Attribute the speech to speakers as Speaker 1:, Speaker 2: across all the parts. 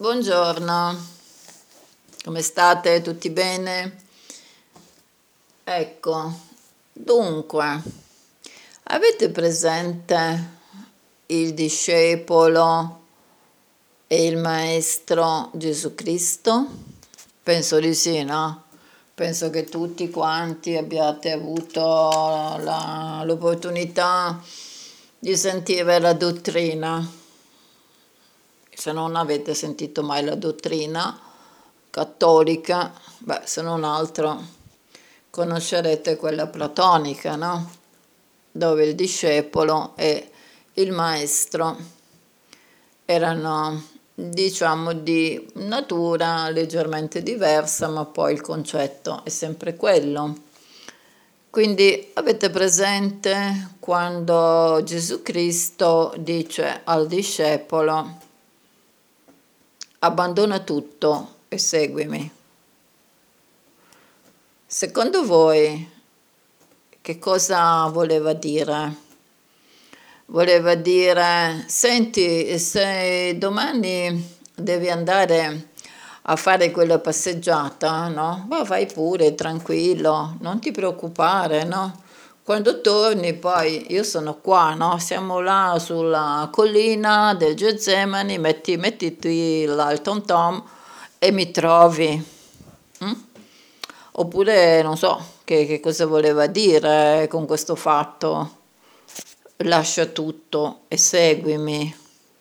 Speaker 1: Buongiorno, come state? Tutti bene? Ecco, dunque, avete presente il discepolo e il maestro Gesù Cristo? Penso di sì, no? Penso che tutti quanti abbiate avuto l'opportunità di sentire la dottrina. Se non avete sentito mai la dottrina cattolica, se non altro conoscerete quella platonica, no? Dove il discepolo e il maestro erano, diciamo, di natura leggermente diversa, ma poi il concetto è sempre quello. Quindi avete presente quando Gesù Cristo dice al discepolo: abbandona tutto e seguimi. Secondo voi che cosa voleva dire? Voleva dire: senti, se domani devi andare a fare quella passeggiata, no? Ma vai pure, tranquillo, non ti preoccupare, no? Quando torni poi io sono qua, no? Siamo là sulla collina del Getsemani, mettiti là il tom tom e mi trovi. Mm? Oppure non so che cosa voleva dire con questo fatto. Lascia tutto e seguimi.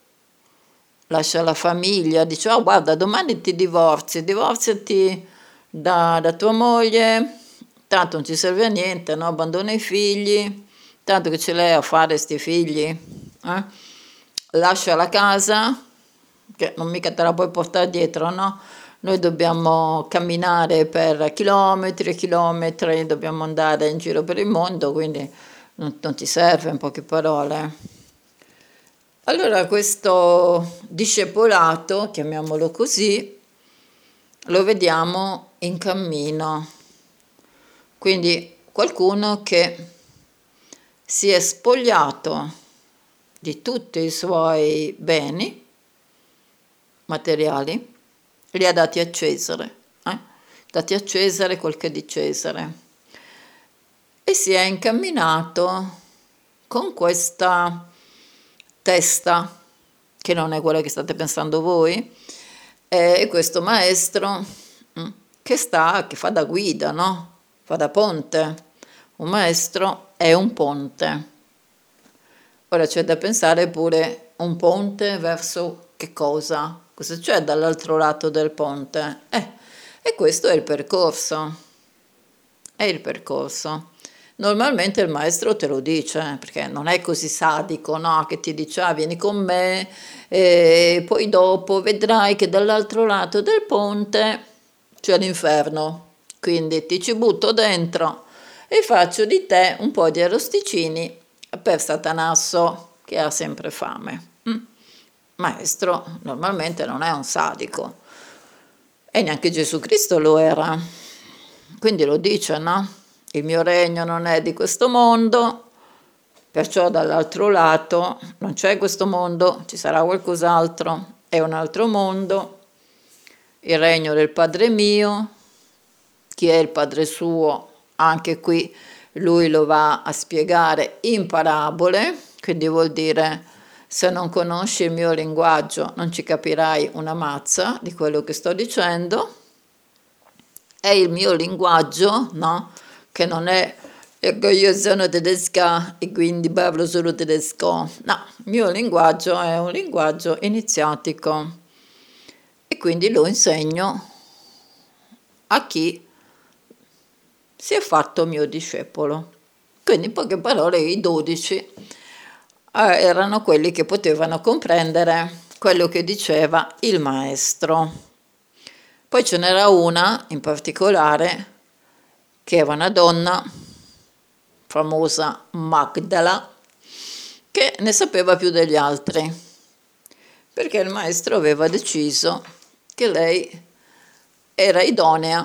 Speaker 1: Lascia la famiglia, dice: oh, guarda, domani ti divorziati da tua moglie, tanto non ci serve a niente, no? Abbandona i figli, tanto che ce l'hai a fare sti figli, eh? Lascia la casa, che non mica te la puoi portare dietro, no? Noi dobbiamo camminare per chilometri e chilometri, dobbiamo andare in giro per il mondo, quindi non ti serve, in poche parole. Allora questo discepolato, chiamiamolo così, lo vediamo in cammino, quindi qualcuno che si è spogliato di tutti i suoi beni materiali, li ha dati a Cesare, dati a Cesare quel che è di Cesare, e si è incamminato con questa testa, che non è quella che state pensando voi, e questo maestro che fa da guida, no? Fa da ponte. Un maestro è un ponte. Ora c'è da pensare pure un ponte verso che cosa? Cosa c'è dall'altro lato del ponte? E questo è il percorso. È il percorso. Normalmente il maestro te lo dice, perché non è così sadico, no? Che ti dice: ah, vieni con me, e poi dopo vedrai che dall'altro lato del ponte c'è l'inferno, quindi ti ci butto dentro e faccio di te un po' di arrosticini per Satanasso, che ha sempre fame. Maestro normalmente non è un sadico, e neanche Gesù Cristo lo era, quindi lo dice, no? Il mio regno non è di questo mondo, perciò dall'altro lato non c'è questo mondo, ci sarà qualcos'altro, è un altro mondo, il regno del Padre mio. Chi è il Padre suo? Anche qui lui lo va a spiegare in parabole, quindi vuol dire: se non conosci il mio linguaggio non ci capirai una mazza di quello che sto dicendo. È il mio linguaggio, no? Che non è perché io sono tedesca e quindi parlo solo tedesco. No, il mio linguaggio è un linguaggio iniziatico e quindi lo insegno a chi si è fatto mio discepolo. Quindi in poche parole i 12 erano quelli che potevano comprendere quello che diceva il maestro. Poi ce n'era una in particolare che era una donna famosa, Magdala, che ne sapeva più degli altri, perché il maestro aveva deciso che lei era idonea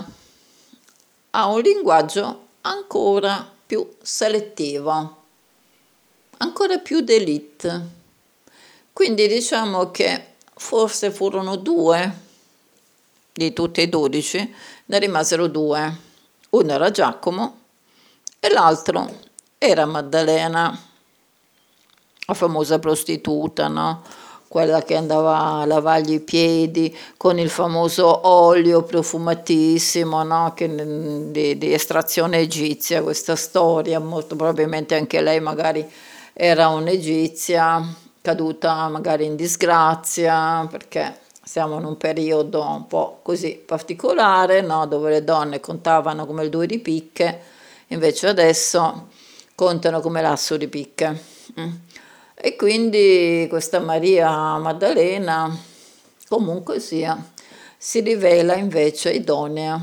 Speaker 1: a un linguaggio ancora più selettivo, ancora più d'élite. Quindi diciamo che forse furono 2 di tutti e 12, ne rimasero 2. Uno era Giacomo e l'altro era Maddalena, la famosa prostituta, no? Quella che andava a lavargli i piedi con il famoso olio profumatissimo, no? Di estrazione egizia, questa storia, molto probabilmente anche lei magari era un'egizia caduta magari in disgrazia, perché siamo in un periodo un po' così particolare, no? Dove le donne contavano come il 2 di picche, invece adesso contano come l'asso di picche. E quindi questa Maria Maddalena, comunque sia, si rivela invece idonea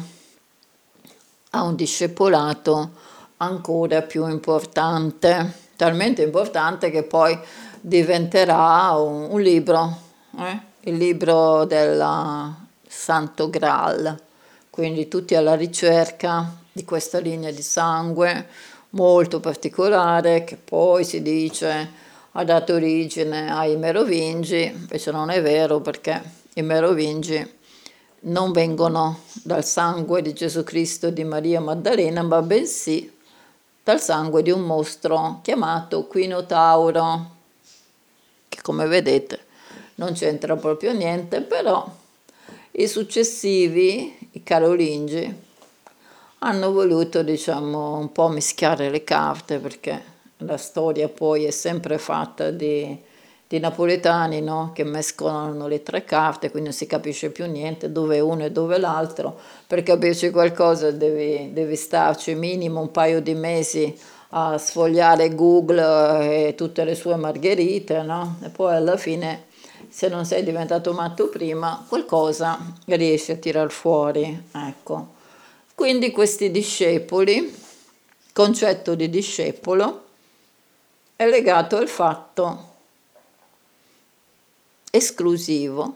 Speaker 1: a un discepolato ancora più importante, talmente importante che poi diventerà un libro, il libro del Santo Graal, quindi tutti alla ricerca di questa linea di sangue molto particolare che poi si dice ha dato origine ai Merovingi, invece non è vero perché i Merovingi non vengono dal sangue di Gesù Cristo e di Maria Maddalena, ma bensì dal sangue di un mostro chiamato Quinotauro, che come vedete non c'entra proprio niente, però i successivi, i Carolingi, hanno voluto, diciamo, un po' mischiare le carte, perché la storia poi è sempre fatta di napoletani, no? Che mescolano le 3 carte, quindi non si capisce più niente dove è uno e dove è l'altro. Per capirci qualcosa devi starci minimo un paio di mesi a sfogliare Google e tutte le sue margherite, no? E poi alla fine, se non sei diventato matto prima, qualcosa riesci a tirar fuori, ecco. Quindi questi discepoli, concetto di discepolo, è legato al fatto esclusivo,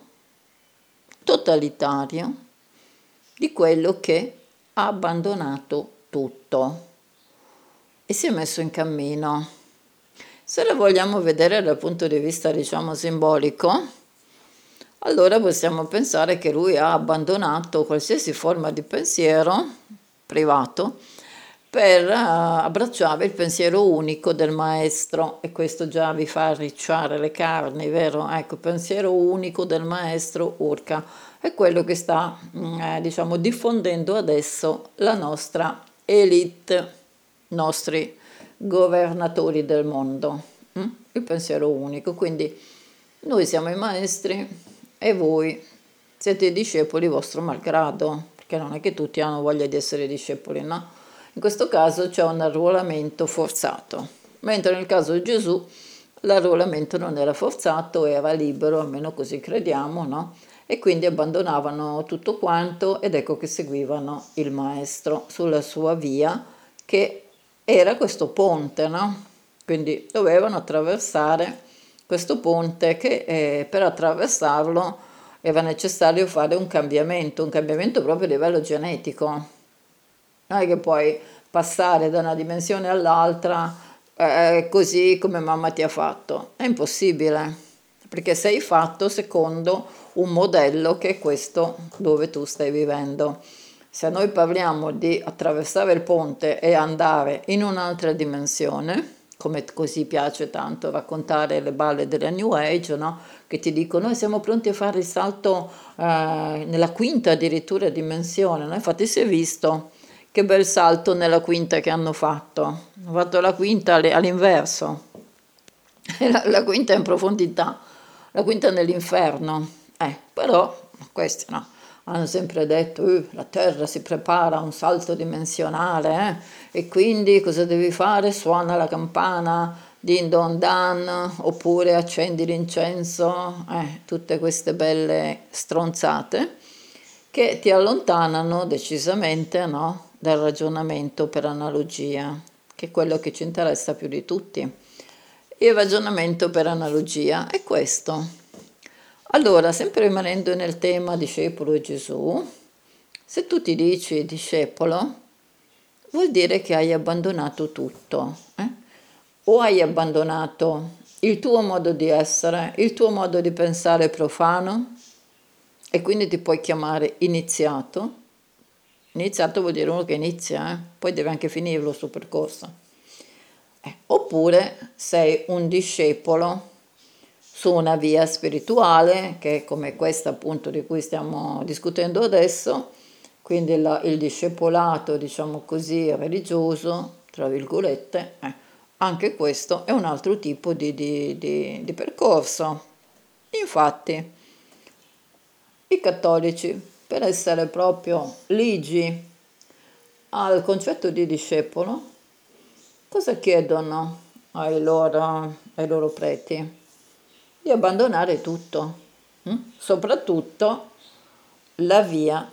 Speaker 1: totalitario, di quello che ha abbandonato tutto e si è messo in cammino. Se la vogliamo vedere dal punto di vista, diciamo, simbolico, allora possiamo pensare che lui ha abbandonato qualsiasi forma di pensiero privato per abbracciare il pensiero unico del maestro, e questo già vi fa arricciare le carni, vero? Ecco, il pensiero unico del maestro Urca è quello che sta, diciamo, diffondendo adesso la nostra elite, i nostri governatori del mondo, il pensiero unico. Quindi noi siamo i maestri e voi siete i discepoli vostro malgrado, perché non è che tutti hanno voglia di essere discepoli, no? In questo caso c'è un arruolamento forzato, mentre nel caso di Gesù l'arruolamento non era forzato, era libero, almeno così crediamo, no? E quindi abbandonavano tutto quanto ed ecco che seguivano il maestro sulla sua via, che era questo ponte, no? Quindi dovevano attraversare questo ponte che per attraversarlo era necessario fare un cambiamento proprio a livello genetico. Non è che puoi passare da una dimensione all'altra così come mamma ti ha fatto. È impossibile, perché sei fatto secondo un modello che è questo dove tu stai vivendo. Se noi parliamo di attraversare il ponte e andare in un'altra dimensione, come così piace tanto raccontare le balle della New Age, no? Che ti dicono noi siamo pronti a fare il salto nella quinta addirittura dimensione, no? Infatti si è visto che bel salto nella quinta che hanno fatto. Hanno fatto la quinta all'inverso. La quinta è in profondità, la quinta è nell'inferno. Però questi no. Hanno sempre detto la Terra si prepara a un salto dimensionale e quindi cosa devi fare? Suona la campana, din don dan, oppure accendi l'incenso, tutte queste belle stronzate che ti allontanano decisamente, no? Dal ragionamento per analogia, che è quello che ci interessa più di tutti. Il ragionamento per analogia è questo. Allora, sempre rimanendo nel tema discepolo e Gesù, se tu ti dici discepolo, vuol dire che hai abbandonato tutto. O hai abbandonato il tuo modo di essere, il tuo modo di pensare profano e quindi ti puoi chiamare iniziato. Iniziato vuol dire uno che inizia, poi deve anche finirlo il suo percorso. Oppure sei un discepolo su una via spirituale, che è come questa appunto di cui stiamo discutendo adesso, quindi il discepolato, diciamo così, religioso, tra virgolette, anche questo è un altro tipo di percorso. Infatti, i cattolici, per essere proprio ligi al concetto di discepolo, cosa chiedono ai loro preti? Di abbandonare tutto, soprattutto la via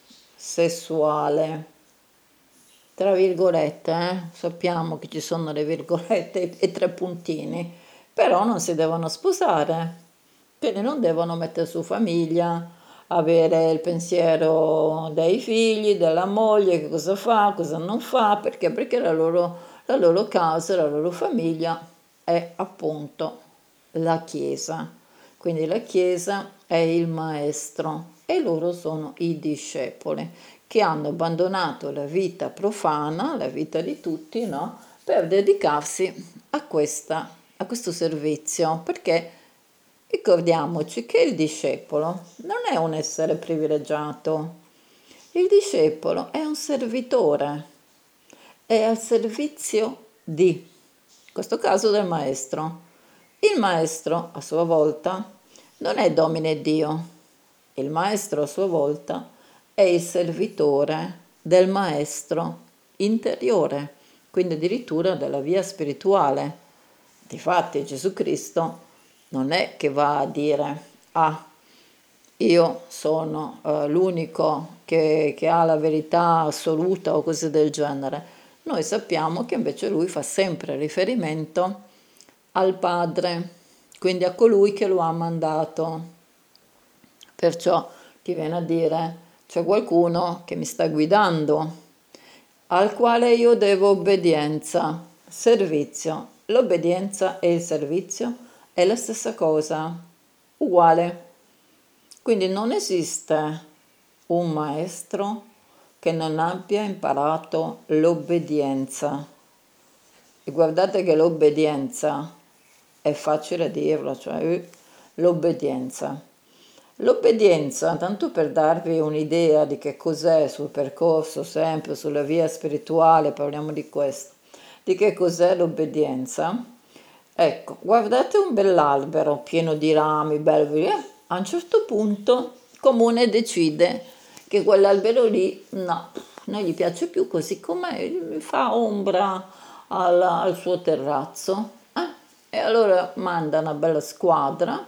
Speaker 1: sessuale, tra virgolette, sappiamo che ci sono le virgolette e tre puntini, però non si devono sposare, quindi non devono mettere su famiglia, avere il pensiero dei figli, della moglie, che cosa fa, cosa non fa, perché la loro casa, la loro famiglia è appunto la Chiesa. Quindi la Chiesa è il maestro e loro sono i discepoli che hanno abbandonato la vita profana, la vita di tutti, no? Per dedicarsi a questo servizio, perché ricordiamoci che il discepolo non è un essere privilegiato, il discepolo è un servitore, è al servizio in questo caso del maestro. Il maestro, a sua volta, non è Domine Dio. Il maestro, a sua volta, è il servitore del maestro interiore, quindi addirittura della via spirituale. Difatti Gesù Cristo non è che va a dire, io sono l'unico che ha la verità assoluta o cose del genere. Noi sappiamo che invece lui fa sempre riferimento al Padre, quindi a colui che lo ha mandato. Perciò ti viene a dire, c'è qualcuno che mi sta guidando, al quale io devo obbedienza, servizio. L'obbedienza e il servizio è la stessa cosa, uguale. Quindi non esiste un maestro che non abbia imparato l'obbedienza. E guardate che l'obbedienza è facile dirlo, cioè l'obbedienza. L'obbedienza, tanto per darvi un'idea di che cos'è sul percorso, sempre sulla via spirituale, parliamo di questo, di che cos'è l'obbedienza. Ecco, guardate un bell'albero pieno di rami, belli, a un certo punto il comune decide che quell'albero lì, no, non gli piace più così com'è, fa ombra al suo terrazzo. E allora manda una bella squadra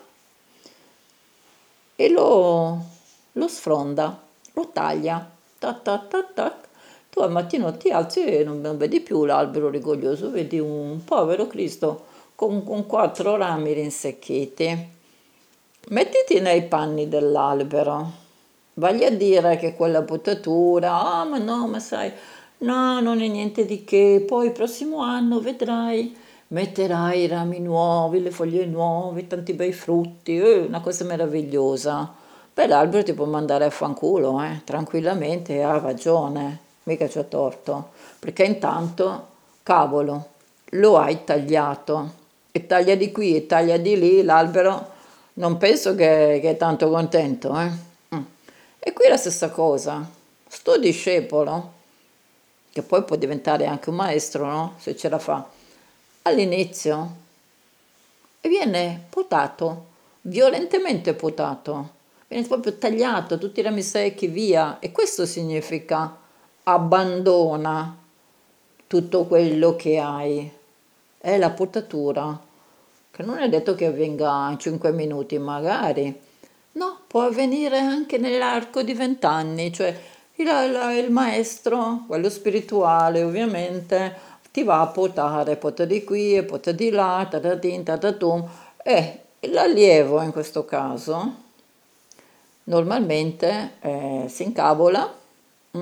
Speaker 1: e lo sfronda, lo taglia, tac tac tac tac. Tu al mattino ti alzi e non vedi più l'albero rigoglioso, vedi un povero Cristo con quattro rami rinsecchiti. Mettiti nei panni dell'albero, vagli a dire che quella buttatura, ma no, ma sai, no, non è niente di che, poi il prossimo anno vedrai, metterai i rami nuovi, le foglie nuove, tanti bei frutti, una cosa meravigliosa. Beh, l'albero ti può mandare a fanculo, tranquillamente, ha ragione, mica c'ha torto, perché intanto, cavolo, lo hai tagliato, e taglia di qui e taglia di lì, l'albero non penso che è tanto contento, Mm. E qui è la stessa cosa, sto discepolo, che poi può diventare anche un maestro, no? Se ce la fa, all'inizio viene potato, violentemente potato, viene proprio tagliato, tutti i rami secchi via, e questo significa abbandona tutto quello che hai, è la potatura, che non è detto che avvenga in 5 minuti, magari, no, può avvenire anche nell'arco di 20 anni, cioè il maestro, quello spirituale ovviamente, ti va a potare, pota di qui e pota di là, tatatin, tatatum, e l'allievo in questo caso normalmente si incavola, mm,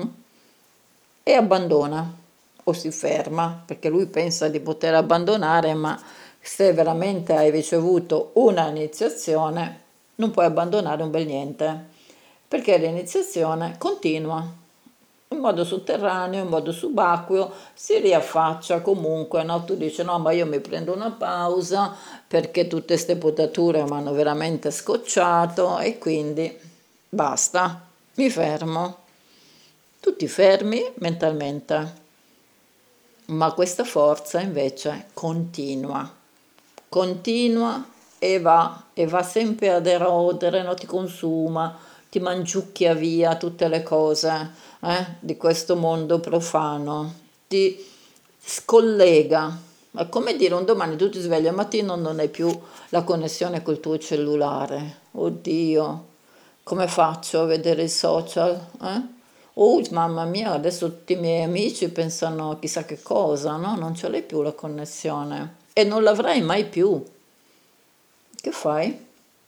Speaker 1: e abbandona o si ferma, perché lui pensa di poter abbandonare, ma Se veramente hai ricevuto una iniziazione, non puoi abbandonare un bel niente, perché l'iniziazione continua in modo sotterraneo, in modo subacqueo, si riaffaccia comunque, no? Tu dici no, ma io mi prendo una pausa perché tutte queste potature mi hanno veramente scocciato e quindi basta, mi fermo. Tu ti fermi mentalmente, ma questa forza invece continua e va sempre ad erodere, no? Ti consuma, ti mangiucchia via tutte le cose di questo mondo profano, ti scollega. È come dire un domani tu ti svegli al mattino non hai più la connessione col tuo cellulare. Oddio, come faccio a vedere i social? Oh, mamma mia, adesso tutti i miei amici pensano chissà che cosa, no? Non ce l'hai più la connessione e non l'avrai mai più. Che fai?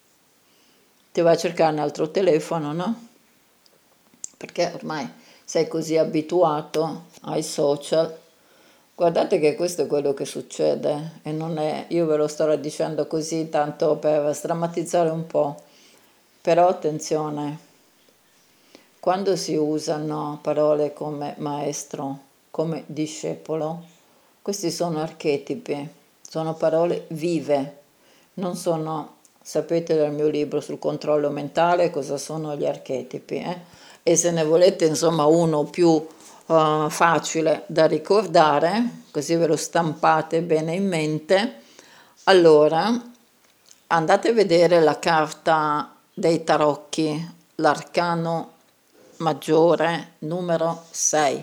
Speaker 1: Ti vai a cercare un altro telefono, no? Perché ormai sei così abituato ai social. Guardate che questo è quello che succede e non è, io ve lo sto dicendo così tanto per strammatizzare un po', però attenzione, quando si usano parole come maestro, come discepolo, questi sono archetipi, sono parole vive, non sono, sapete dal mio libro sul controllo mentale cosa sono gli archetipi, E se ne volete insomma uno più facile da ricordare, così ve lo stampate bene in mente, allora andate a vedere la carta dei tarocchi, l'arcano maggiore numero 6,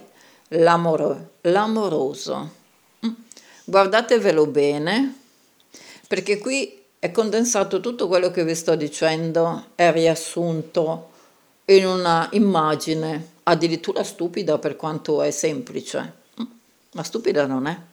Speaker 1: l'amoroso. Guardatevelo bene, perché qui è condensato tutto quello che vi sto dicendo, è riassunto in una immagine, addirittura stupida per quanto è semplice, ma stupida non è.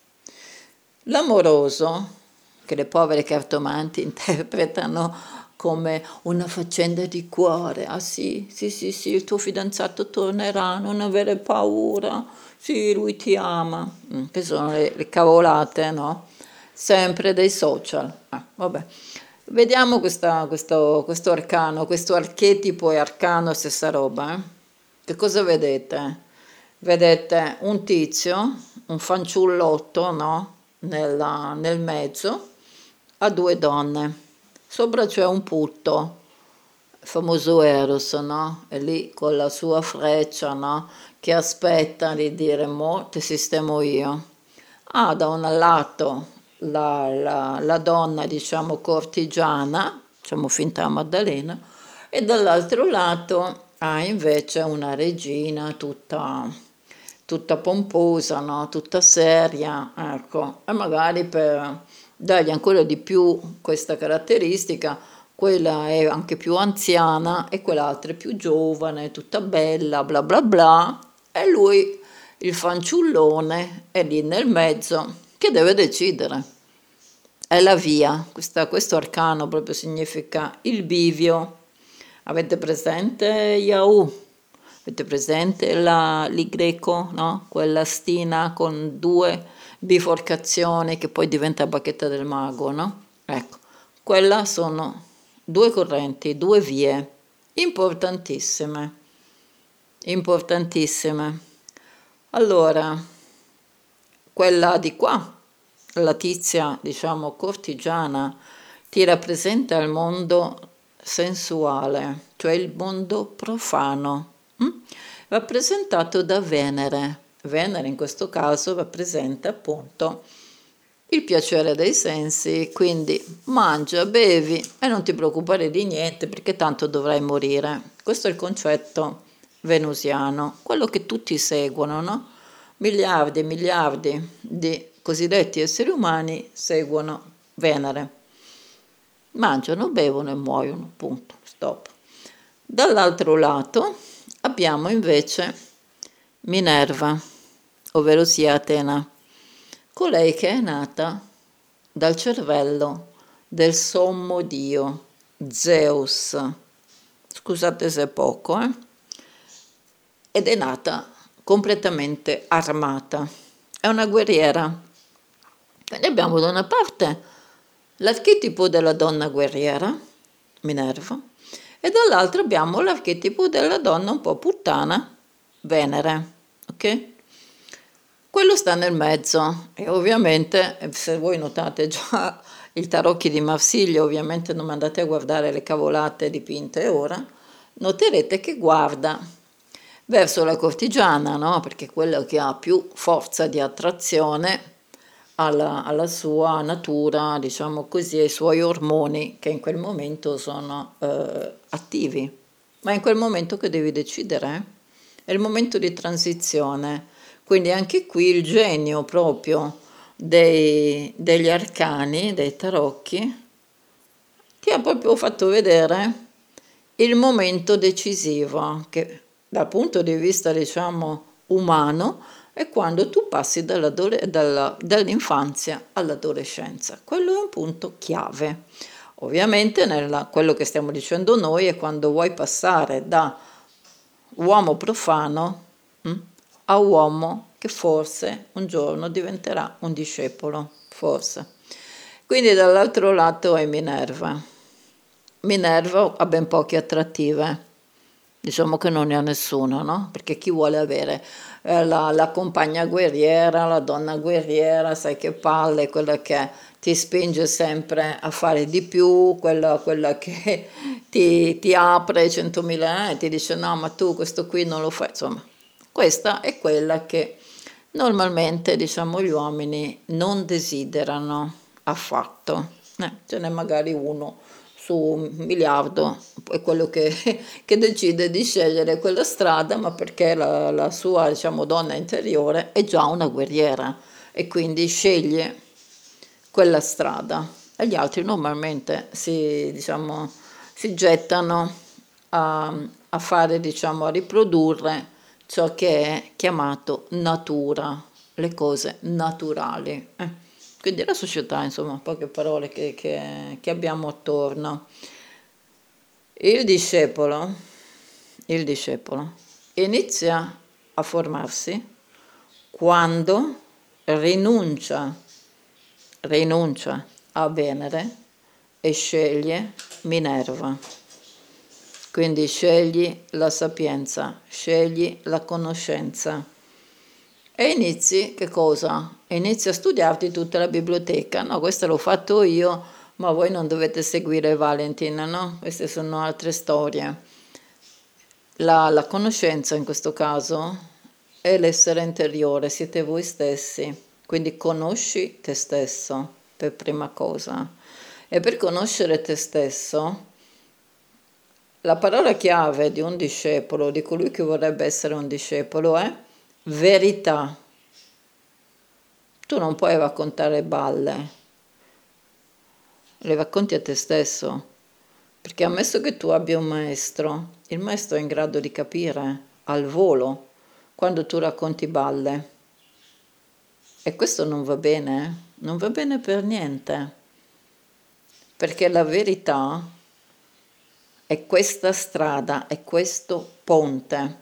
Speaker 1: L'amoroso, che le povere cartomanti interpretano come una faccenda di cuore, ah sì, sì, sì, sì, il tuo fidanzato tornerà, non avere paura, sì, lui ti ama, che sono le cavolate, no? Sempre dei social. Vabbè. Vediamo questo arcano, questo archetipo e arcano, stessa roba. Che cosa vedete? Vedete un tizio, un fanciullotto, no? Nel mezzo, a due donne. Sopra c'è un putto, il famoso Eros, no? E lì con la sua freccia, no? Che aspetta di dire, mo ti sistemo io. Da un lato la donna, diciamo, cortigiana, diciamo finta Maddalena, e dall'altro lato ha invece una regina tutta pomposa, no? Tutta seria, ecco, e magari per dargli ancora di più questa caratteristica, quella è anche più anziana e quell'altra è più giovane, tutta bella, bla bla bla, e lui, il fanciullone, è lì nel mezzo che deve decidere. È la via, questo arcano proprio significa il bivio. Avete presente Yahoo? Avete presente l'Y, no? Quella stina con due biforcazioni che poi diventa bacchetta del mago, no? Ecco, quella sono due correnti, due vie importantissime, importantissime. Allora, quella di qua, la tizia, diciamo, cortigiana, ti rappresenta il mondo sensuale, cioè il mondo profano, rappresentato da Venere. Venere in questo caso rappresenta appunto il piacere dei sensi, quindi mangia, bevi e non ti preoccupare di niente perché tanto dovrai morire. Questo è il concetto venusiano, quello che tutti seguono, no? Miliardi e miliardi di cosiddetti esseri umani seguono Venere. Mangiano, bevono e muoiono, punto, stop. Dall'altro lato abbiamo invece Minerva, ovvero sia Atena, colei che è nata dal cervello del sommo dio Zeus. Scusate se è poco, ed è nata completamente armata. È una guerriera. Quindi abbiamo da una parte l'archetipo della donna guerriera, Minerva, e dall'altra abbiamo l'archetipo della donna un po' puttana, Venere, ok? Quello sta nel mezzo e ovviamente, se voi notate già il tarocchi di Marsiglia, ovviamente non andate a guardare le cavolate dipinte ora, noterete che guarda verso la cortigiana, no? Perché è quella che ha più forza di attrazione alla sua natura, diciamo così, ai suoi ormoni che in quel momento sono attivi. Ma è in quel momento che devi decidere, è il momento di transizione. Quindi anche qui il genio proprio degli arcani, dei tarocchi, ti ha proprio fatto vedere il momento decisivo, che dal punto di vista, diciamo, umano, è quando tu passi dall'infanzia all'adolescenza. Quello è un punto chiave. Ovviamente quello che stiamo dicendo noi è quando vuoi passare da uomo profano a uomo che forse un giorno diventerà un discepolo, forse. Quindi dall'altro lato è Minerva. Minerva ha ben poche attrattive, diciamo che non ne ha nessuno, no? Perché chi vuole avere la compagna guerriera, la donna guerriera, sai che palle, quella che ti spinge sempre a fare di più, quella che ti apre 100.000 e ti dice no, ma tu questo qui non lo fai, insomma. Questa è quella che normalmente, diciamo, gli uomini non desiderano affatto. Ce n'è magari uno su 1 miliardo, è quello che decide di scegliere quella strada, ma perché la sua, diciamo, donna interiore è già una guerriera e quindi sceglie quella strada. E gli altri normalmente diciamo, si gettano a fare, diciamo, a riprodurre ciò che è chiamato natura, le cose naturali. Quindi la società, insomma, poche parole che abbiamo attorno. Il discepolo inizia a formarsi quando rinuncia a Venere e sceglie Minerva. Quindi scegli la sapienza, scegli la conoscenza e inizi che cosa? Inizi a studiarti tutta la biblioteca. No, questo l'ho fatto io, ma voi non dovete seguire Valentina, no? Queste sono altre storie. La conoscenza in questo caso è l'essere interiore, siete voi stessi. Quindi conosci te stesso per prima cosa. E per conoscere te stesso, la parola chiave di un discepolo, di colui che vorrebbe essere un discepolo, è verità. Tu non puoi raccontare balle, le racconti a te stesso, perché ammesso che tu abbia un maestro, il maestro è in grado di capire al volo quando tu racconti balle. E questo non va bene, non va bene per niente, perché la verità è questa strada, è questo ponte.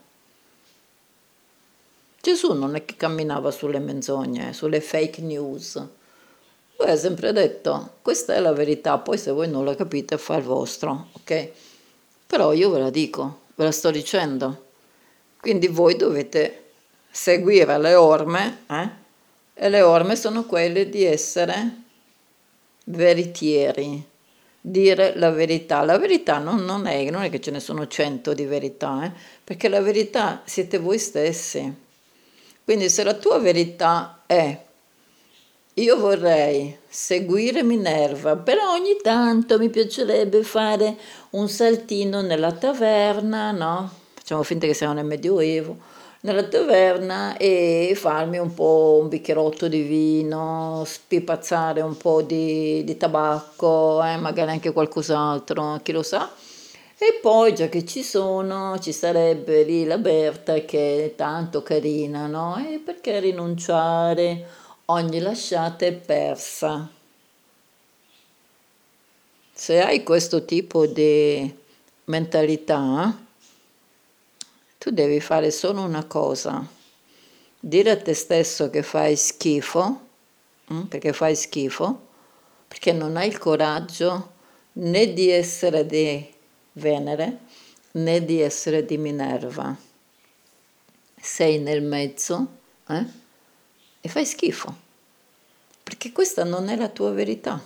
Speaker 1: Gesù non è che camminava sulle menzogne, sulle fake news. Lui ha sempre detto, questa è la verità, poi se voi non la capite fa il vostro, ok? Però io ve la dico, ve la sto dicendo. Quindi voi dovete seguire le orme, e le orme sono quelle di essere veritieri, dire la verità. La verità non è che ce ne sono 100 di verità, perché la verità siete voi stessi. Quindi se la tua verità è io vorrei seguire Minerva, però ogni tanto mi piacerebbe fare un saltino nella taverna, no? Facciamo finta che siamo nel Medioevo, nella taverna e farmi un po' un bicchierotto di vino, spipazzare un po' di tabacco, magari anche qualcos'altro, chi lo sa. E poi, già che ci sono, ci sarebbe lì la Berta che è tanto carina, no? E perché rinunciare? Ogni lasciata è persa. Se hai questo tipo di mentalità, tu devi fare solo una cosa, dire a te stesso che fai schifo, perché fai schifo, perché non hai il coraggio né di essere di Venere né di essere di Minerva. Sei nel mezzo, e fai schifo, perché questa non è la tua verità.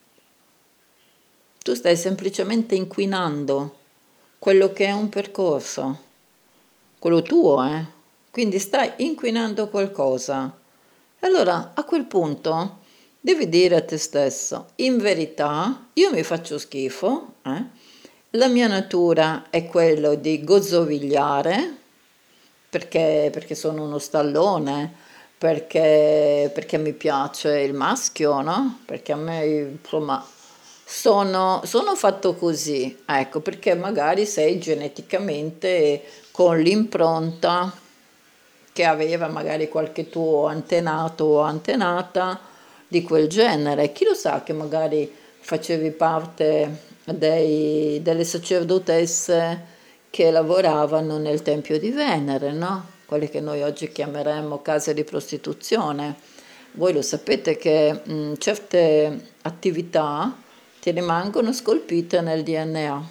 Speaker 1: Tu stai semplicemente inquinando quello che è un percorso, quello tuo, Quindi stai inquinando qualcosa. Allora, a quel punto, devi dire a te stesso, in verità, io mi faccio schifo, la mia natura è quello di gozzovigliare, perché sono uno stallone, perché mi piace il maschio, no? Perché a me, insomma, sono fatto così, ecco, perché magari sei geneticamente con l'impronta che aveva magari qualche tuo antenato o antenata di quel genere. Chi lo sa che magari facevi parte delle sacerdotesse che lavoravano nel Tempio di Venere, no? Quelle che noi oggi chiameremmo case di prostituzione. Voi lo sapete che certe attività ti rimangono scolpite nel DNA.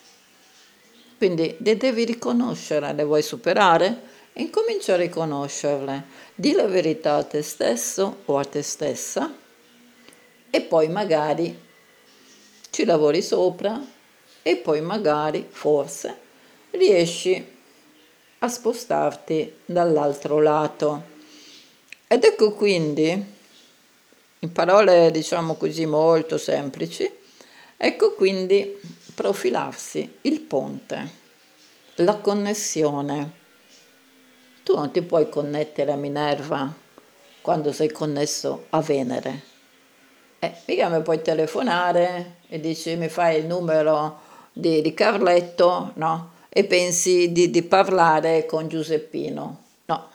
Speaker 1: Quindi le devi riconoscere, le vuoi superare? E incomincia a riconoscerle. Di la verità a te stesso o a te stessa e poi magari ci lavori sopra e poi magari, forse, riesci a spostarti dall'altro lato. Ed ecco quindi, in parole diciamo così molto semplici, ecco quindi profilarsi, il ponte, la connessione. Tu non ti puoi connettere a Minerva quando sei connesso a Venere. Mica mi puoi telefonare e dici mi fai il numero di Carletto, no? E pensi di parlare con Giuseppino. No,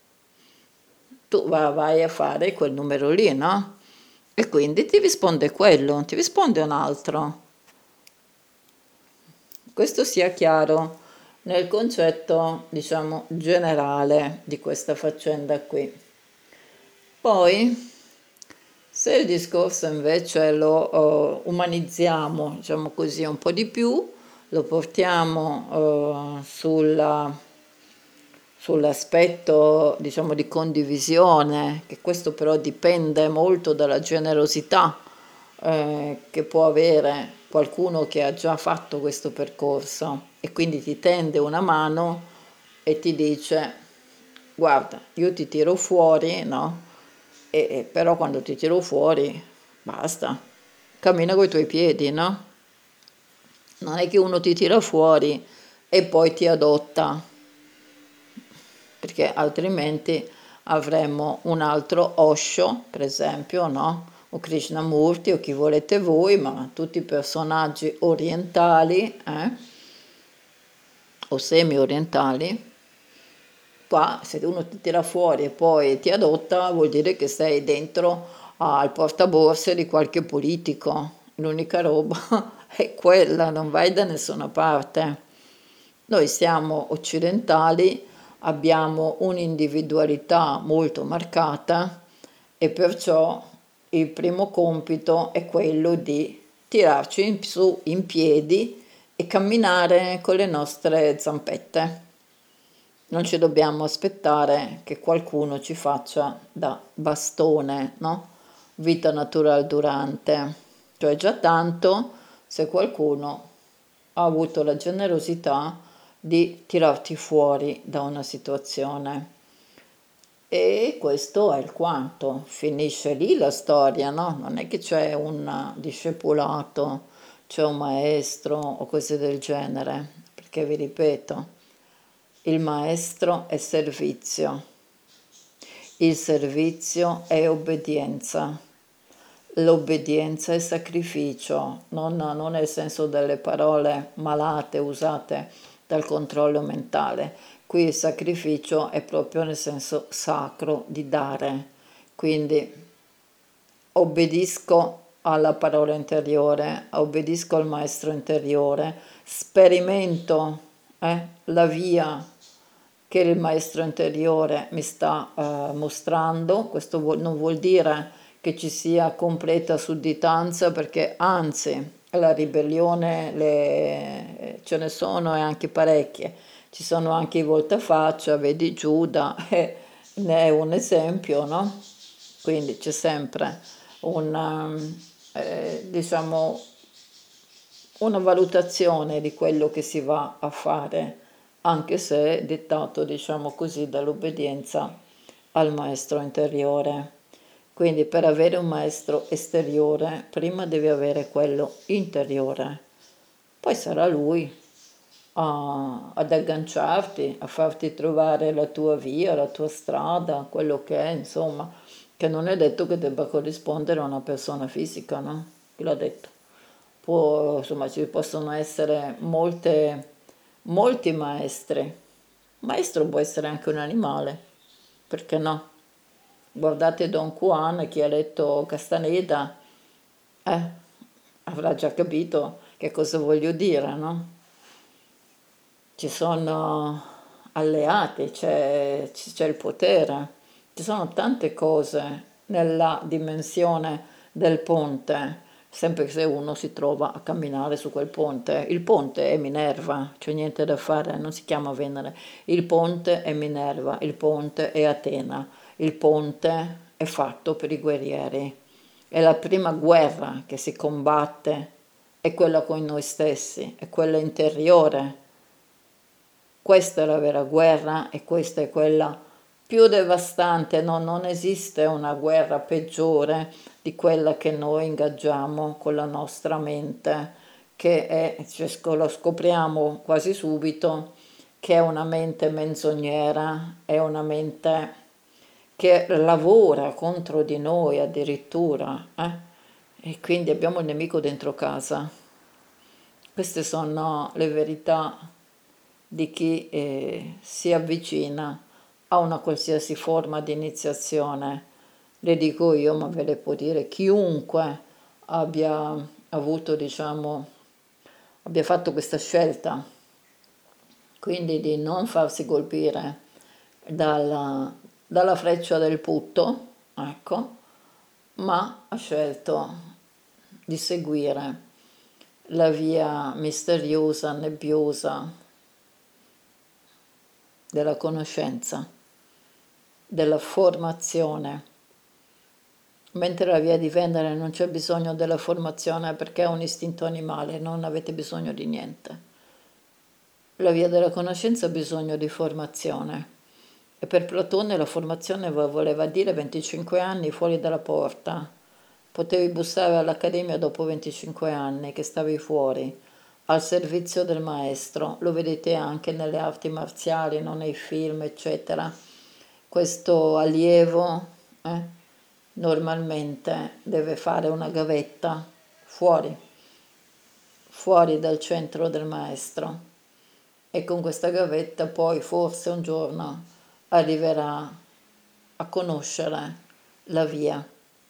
Speaker 1: tu vai a fare quel numero lì, no? E quindi ti risponde quello, ti risponde un altro. Questo sia chiaro nel concetto, diciamo, generale di questa faccenda qui. Poi, se il discorso invece lo umanizziamo, diciamo così, un po' di più, lo portiamo sull'aspetto, diciamo, di condivisione, che questo però dipende molto dalla generosità che può avere qualcuno che ha già fatto questo percorso e quindi ti tende una mano e ti dice guarda, io ti tiro fuori, no? Però quando ti tiro fuori, basta, cammina coi tuoi piedi, no? Non è che uno ti tira fuori e poi ti adotta, perché altrimenti avremmo un altro Osho, per esempio, no? O Krishnamurti o chi volete voi, ma tutti personaggi orientali, o semi-orientali. Qua se uno ti tira fuori e poi ti adotta vuol dire che sei dentro al portaborse di qualche politico. L'unica roba è quella, non vai da nessuna parte. Noi siamo occidentali, abbiamo un'individualità molto marcata e perciò il primo compito è quello di tirarci su in piedi e camminare con le nostre zampette. Non ci dobbiamo aspettare che qualcuno ci faccia da bastone, no? Vita natural durante. Cioè già tanto se qualcuno ha avuto la generosità di tirarti fuori da una situazione. E questo è il quanto. Finisce lì la storia, no? Non è che c'è un discepolato, c'è un maestro o cose del genere, perché vi ripeto, il maestro è servizio, il servizio è obbedienza, l'obbedienza è sacrificio, non nel senso delle parole malate usate dal controllo mentale. Qui il sacrificio è proprio nel senso sacro di dare, quindi obbedisco alla parola interiore, obbedisco al maestro interiore, sperimento la via che il maestro interiore mi sta mostrando. Questo non vuol dire che ci sia completa sudditanza, perché anzi la ribellione ce ne sono e anche parecchie. Ci sono anche i voltafaccia, vedi Giuda, ne è un esempio, no? Quindi c'è sempre una, diciamo, una valutazione di quello che si va a fare, anche se dettato, diciamo così, dall'obbedienza al maestro interiore. Quindi per avere un maestro esteriore, prima devi avere quello interiore, poi sarà lui ad agganciarti, a farti trovare la tua via, la tua strada, quello che è, insomma, che non è detto che debba corrispondere a una persona fisica, no? Chi l'ha detto? Insomma, ci possono essere molti maestri. Maestro può essere anche un animale, perché no? Guardate Don Juan, chi ha letto Castaneda, avrà già capito che cosa voglio dire, no? Ci sono alleati, c'è il potere, ci sono tante cose nella dimensione del ponte, sempre se uno si trova a camminare su quel ponte. Il ponte è Minerva, c'è niente da fare, non si chiama Venere. Il ponte è Minerva, il ponte è Atena, il ponte è fatto per i guerrieri. È la prima guerra che si combatte, è quella con noi stessi, è quella interiore. Questa è la vera guerra e questa è quella più devastante, no? Non esiste una guerra peggiore di quella che noi ingaggiamo con la nostra mente, che è, lo scopriamo quasi subito, che è una mente menzognera, è una mente che lavora contro di noi addirittura, E quindi abbiamo il nemico dentro casa. Queste sono le verità di chi si avvicina a una qualsiasi forma di iniziazione. Le dico io, ma ve le può dire chiunque abbia avuto, diciamo, abbia fatto questa scelta, quindi di non farsi colpire dalla freccia del putto, ecco, ma ha scelto di seguire la via misteriosa, nebbiosa della conoscenza, della formazione, mentre la via di Venere non c'è bisogno della formazione perché è un istinto animale, non avete bisogno di niente. La via della conoscenza ha bisogno di formazione e per Platone la formazione voleva dire 25 anni fuori dalla porta. Potevi bussare all'accademia dopo 25 anni che stavi fuori, al servizio del maestro. Lo vedete anche nelle arti marziali, non nei film, eccetera. Questo allievo normalmente deve fare una gavetta fuori dal centro del maestro e con questa gavetta poi forse un giorno arriverà a conoscere la via,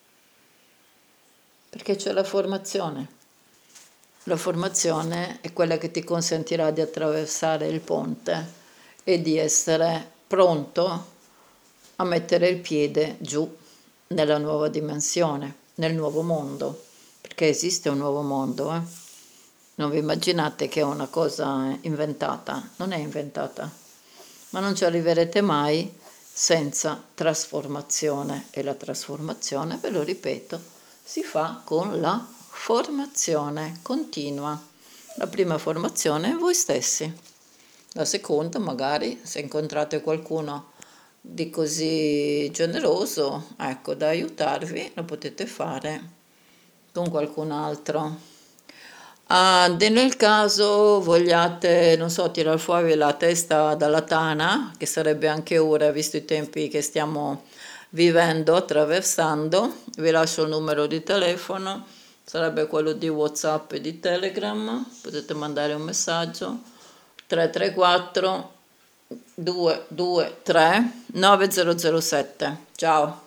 Speaker 1: perché c'è la formazione. La formazione è quella che ti consentirà di attraversare il ponte e di essere pronto a mettere il piede giù nella nuova dimensione, nel nuovo mondo, perché esiste un nuovo mondo, Non vi immaginate che è una cosa inventata, non è inventata, ma non ci arriverete mai senza trasformazione e la trasformazione, ve lo ripeto, si fa con la formazione continua. La prima formazione è voi stessi, la seconda magari se incontrate qualcuno di così generoso, ecco, da aiutarvi, lo potete fare con qualcun altro. Nel caso vogliate, non so, tirare fuori la testa dalla tana, che sarebbe anche ora, visto i tempi che stiamo vivendo, attraversando, vi lascio il numero di telefono, sarebbe quello di WhatsApp e di Telegram, potete mandare un messaggio 334 223 9007. Ciao!